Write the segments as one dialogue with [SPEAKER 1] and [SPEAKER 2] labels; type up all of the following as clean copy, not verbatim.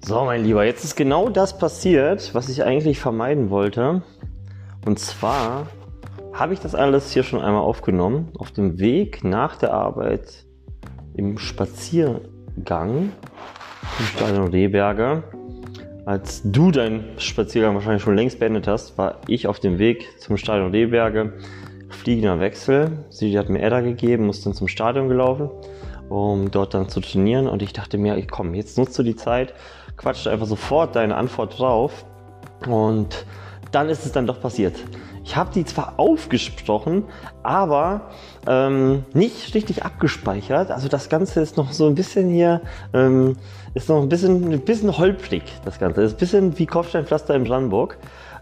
[SPEAKER 1] So, mein Lieber, jetzt ist genau das passiert, was ich eigentlich vermeiden wollte. Und zwar habe ich das alles hier schon einmal aufgenommen, auf dem Weg nach der Arbeit im Spaziergang im Stadion Rehberger. Als du deinen Spaziergang wahrscheinlich schon längst beendet hast, war ich auf dem Weg zum Stadion Rehberger. Fliegender Wechsel. Sie hat mir Edda gegeben, muss dann zum Stadion gelaufen, um dort dann zu trainieren. Und ich dachte mir, komm, jetzt nutzt du die Zeit, quatscht einfach sofort deine Antwort drauf. Und dann ist es dann doch passiert. Ich habe die zwar aufgesprochen, aber nicht richtig abgespeichert. Also das Ganze ist noch so ein bisschen hier, ist noch ein bisschen holprig, das Ganze. Ist ein bisschen wie Kopfsteinpflaster in Brandenburg.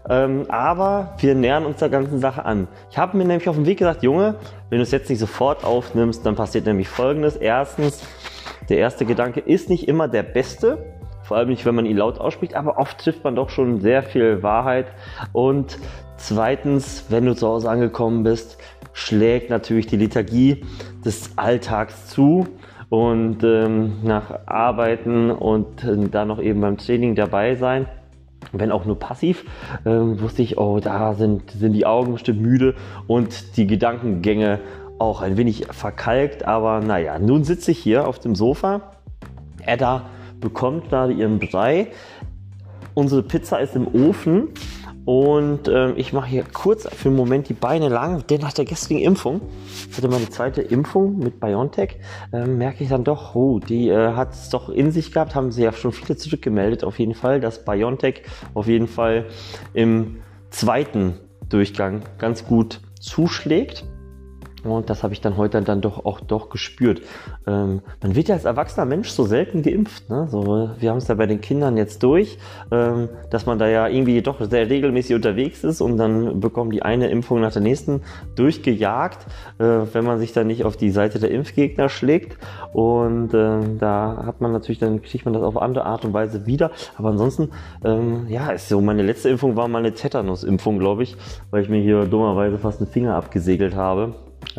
[SPEAKER 1] Aber wir nähern uns der ganzen Sache an. Ich habe mir nämlich auf dem Weg gesagt, Junge, wenn du es jetzt nicht sofort aufnimmst, dann passiert nämlich Folgendes. Erstens, der erste Gedanke ist nicht immer der beste. Vor allem nicht, wenn man ihn laut ausspricht, aber oft trifft man doch schon sehr viel Wahrheit. Und zweitens, wenn du zu Hause angekommen bist, schlägt natürlich die Lethargie des Alltags zu. Und nach Arbeiten und dann noch eben beim Training dabei sein, wenn auch nur passiv, wusste ich, oh, da sind die Augen bestimmt müde und die Gedankengänge auch ein wenig verkalkt. Aber naja, nun sitze ich hier auf dem Sofa. Edda bekommt gerade ihren Brei. Unsere Pizza ist im Ofen. Und ich mache hier kurz für einen Moment die Beine lang, denn nach der gestrigen Impfung, ich hatte meine zweite Impfung mit BioNTech, merke ich dann doch, die hat es doch in sich gehabt, haben sie ja schon viele zurückgemeldet auf jeden Fall, dass BioNTech auf jeden Fall im zweiten Durchgang ganz gut zuschlägt. Und das habe ich dann heute dann doch gespürt. Man wird ja als erwachsener Mensch so selten geimpft. Ne? So, wir haben es ja bei den Kindern jetzt durch, dass man da ja irgendwie doch sehr regelmäßig unterwegs ist und dann bekommen die eine Impfung nach der nächsten durchgejagt, wenn man sich dann nicht auf die Seite der Impfgegner schlägt. Und da hat man natürlich, dann kriegt man das auf andere Art und Weise wieder. Aber ansonsten, ist so, meine letzte Impfung war mal eine Tetanus-Impfung, glaube ich, weil ich mir hier dummerweise fast einen Finger abgesäbelt habe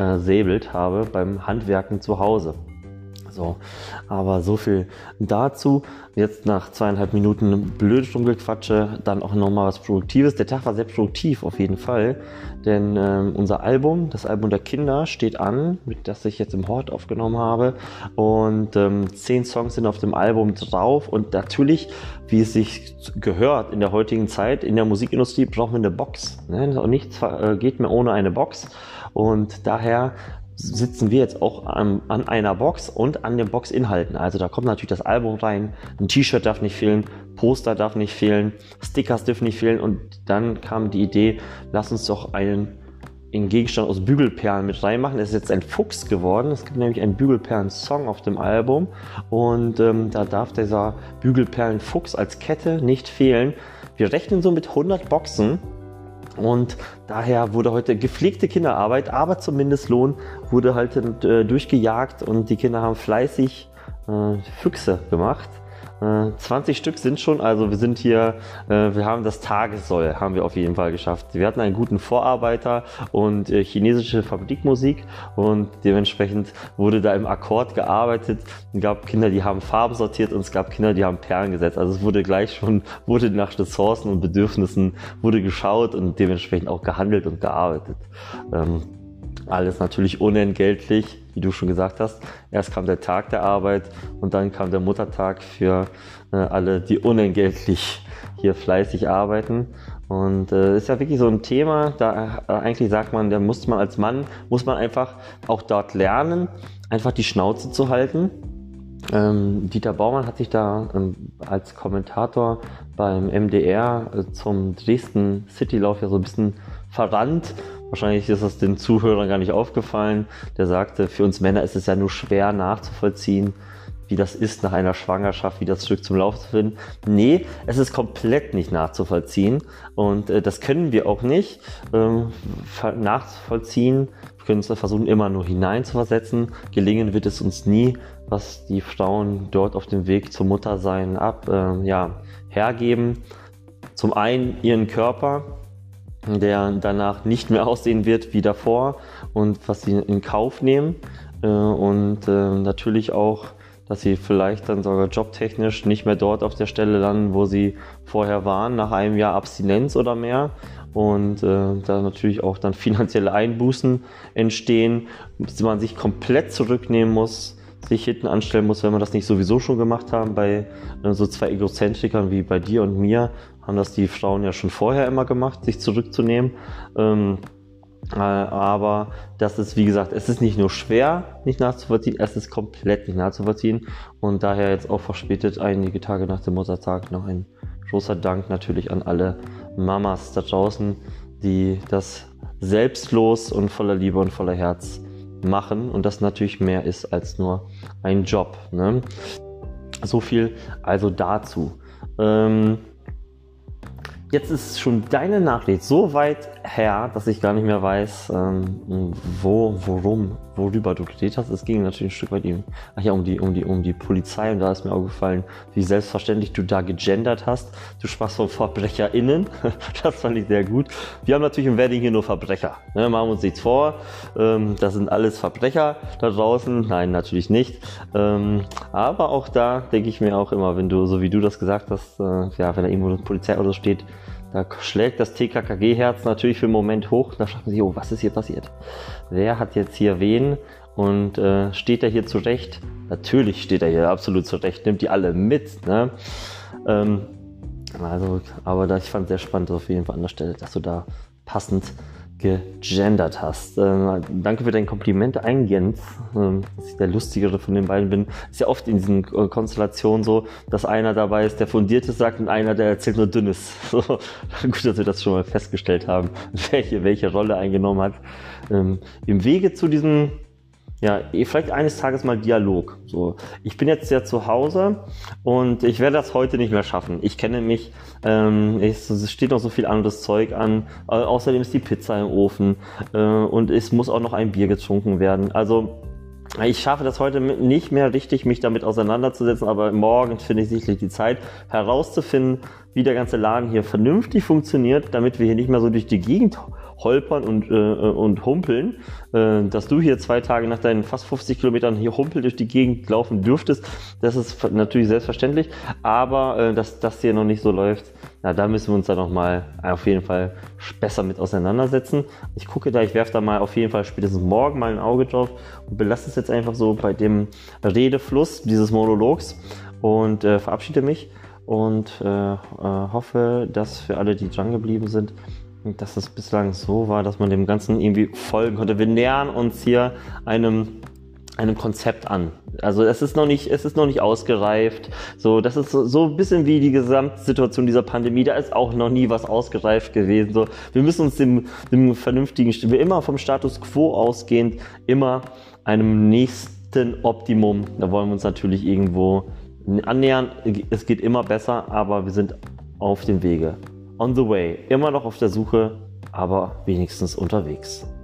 [SPEAKER 1] beim Handwerken zu Hause. So, aber so viel dazu. Jetzt nach 2,5 Minuten blöde Stundengequatsche, dann auch nochmal was Produktives. Der Tag war sehr produktiv auf jeden Fall, denn unser Album, das Album der Kinder, steht an, mit das ich jetzt im Hort aufgenommen habe. Und 10 Songs sind auf dem Album drauf. Und natürlich, wie es sich gehört in der heutigen Zeit, in der Musikindustrie brauchen wir eine Box. Ne? Und nichts geht mehr ohne eine Box. Und daher sitzen wir jetzt auch an einer Box und an den Boxinhalten. Also da kommt natürlich das Album rein, ein T-Shirt darf nicht fehlen, Poster darf nicht fehlen, Stickers dürfen nicht fehlen und dann kam die Idee, lass uns doch einen Gegenstand aus Bügelperlen mit reinmachen. Es ist jetzt ein Fuchs geworden. Es gibt nämlich einen Bügelperlen-Song auf dem Album und da darf dieser Bügelperlen-Fuchs als Kette nicht fehlen. Wir rechnen so mit 100 Boxen. Und daher wurde heute gepflegte Kinderarbeit, aber zum Mindestlohn wurde halt durchgejagt und die Kinder haben fleißig Füchse gemacht. 20 Stück sind schon, also wir sind hier, wir haben das Tagessoll, haben wir auf jeden Fall geschafft. Wir hatten einen guten Vorarbeiter und chinesische Fabrikmusik und dementsprechend wurde da im Akkord gearbeitet. Es gab Kinder, die haben Farben sortiert und es gab Kinder, die haben Perlen gesetzt. Also es wurde nach Ressourcen und Bedürfnissen wurde geschaut und dementsprechend auch gehandelt und gearbeitet. Alles natürlich unentgeltlich, wie du schon gesagt hast. Erst kam der Tag der Arbeit und dann kam der Muttertag für alle, die unentgeltlich hier fleißig arbeiten. Und ist ja wirklich so ein Thema, da eigentlich sagt man, da muss man als Mann, einfach auch dort lernen, einfach die Schnauze zu halten. Dieter Baumann hat sich da als Kommentator beim MDR zum Dresden Citylauf ja so ein bisschen verrannt. Wahrscheinlich ist das den Zuhörern gar nicht aufgefallen. Der sagte, für uns Männer ist es ja nur schwer nachzuvollziehen, wie das ist nach einer Schwangerschaft, wie das zurück zum Lauf zu finden. Nee, es ist komplett nicht nachzuvollziehen und das können wir auch nicht nachvollziehen. Wir können uns versuchen, immer nur hineinzuversetzen. Gelingen wird es uns nie, was die Frauen dort auf dem Weg zum Muttersein hergeben. Zum einen ihren Körper, der danach nicht mehr aussehen wird wie davor und was sie in Kauf nehmen und natürlich auch dass sie vielleicht dann sogar jobtechnisch nicht mehr dort auf der Stelle landen, wo sie vorher waren, nach einem Jahr Abstinenz oder mehr. Und da natürlich auch dann finanzielle Einbußen entstehen, dass man sich komplett zurücknehmen muss, sich hinten anstellen muss, wenn man das nicht sowieso schon gemacht haben. Bei so zwei Egozentrikern wie bei dir und mir haben das die Frauen ja schon vorher immer gemacht, sich zurückzunehmen. Aber das ist, wie gesagt, es ist nicht nur schwer nicht nachzuvollziehen, es ist komplett nicht nachzuvollziehen. Und daher jetzt auch verspätet einige Tage nach dem Muttertag noch ein großer Dank natürlich an alle Mamas da draußen, die das selbstlos und voller Liebe und voller Herz machen und das natürlich mehr ist als nur ein Job. Ne? So viel also dazu. Jetzt ist schon deine Nachricht so weit her, dass ich gar nicht mehr weiß, worüber du geredet hast. Es ging natürlich ein Stück weit um die Polizei und da ist mir auch gefallen, wie selbstverständlich du da gegendert hast. Du sprachst von VerbrecherInnen, das fand ich sehr gut. Wir haben natürlich im Wedding hier nur Verbrecher. Ne? Machen wir uns nichts vor, das sind alles Verbrecher da draußen. Nein, natürlich nicht. Aber auch da denke ich mir auch immer, wenn du, so wie du das gesagt hast, wenn da irgendwo ein Polizeiauto steht, da schlägt das TKKG-Herz natürlich für einen Moment hoch. Da fragt man sich, oh, was ist hier passiert? Wer hat jetzt hier wen? Und steht er hier zurecht? Natürlich steht er hier absolut zurecht. Nimmt die alle mit. Ne? Aber ich fand es sehr spannend auf jeden Fall an der Stelle, dass du da passend gegendert hast. Danke für dein Kompliment, Jens, dass ich der Lustigere von den beiden bin. Ist ja oft in diesen Konstellationen so, dass einer dabei ist, der Fundiertes sagt und einer, der erzählt nur Dünnes. So, gut, dass wir das schon mal festgestellt haben, welche Rolle eingenommen hat. Im Wege zu diesem, ja, vielleicht eines Tages mal Dialog. So, ich bin jetzt ja zu Hause und ich werde das heute nicht mehr schaffen. Ich kenne mich, es steht noch so viel anderes Zeug an. Außerdem ist die Pizza im Ofen und es muss auch noch ein Bier getrunken werden. Also ich schaffe das heute nicht mehr richtig, mich damit auseinanderzusetzen, aber morgen finde ich sicherlich die Zeit herauszufinden, wie der ganze Laden hier vernünftig funktioniert, damit wir hier nicht mehr so durch die Gegend holpern und humpeln, dass du hier 2 Tage nach deinen fast 50 Kilometern hier humpelt durch die Gegend laufen dürftest, das ist natürlich selbstverständlich, aber dass das hier noch nicht so läuft, na, da müssen wir uns dann nochmal auf jeden Fall besser mit auseinandersetzen. Ich gucke da, ich werfe da mal auf jeden Fall spätestens morgen mal ein Auge drauf und belasse es jetzt einfach so bei dem Redefluss dieses Monologs und verabschiede mich und hoffe, dass für alle, die dran geblieben sind, dass es bislang so war, dass man dem Ganzen irgendwie folgen konnte. Wir nähern uns hier einem Konzept an. Also es ist noch nicht ausgereift. So, das ist so ein bisschen wie die Gesamtsituation dieser Pandemie. Da ist auch noch nie was ausgereift gewesen. So, wir müssen uns dem vernünftigen, wir immer vom Status quo ausgehend, immer einem nächsten Optimum. Da wollen wir uns natürlich irgendwo annähern. Es geht immer besser, aber wir sind auf dem Wege. On the way. Immer noch auf der Suche, aber wenigstens unterwegs.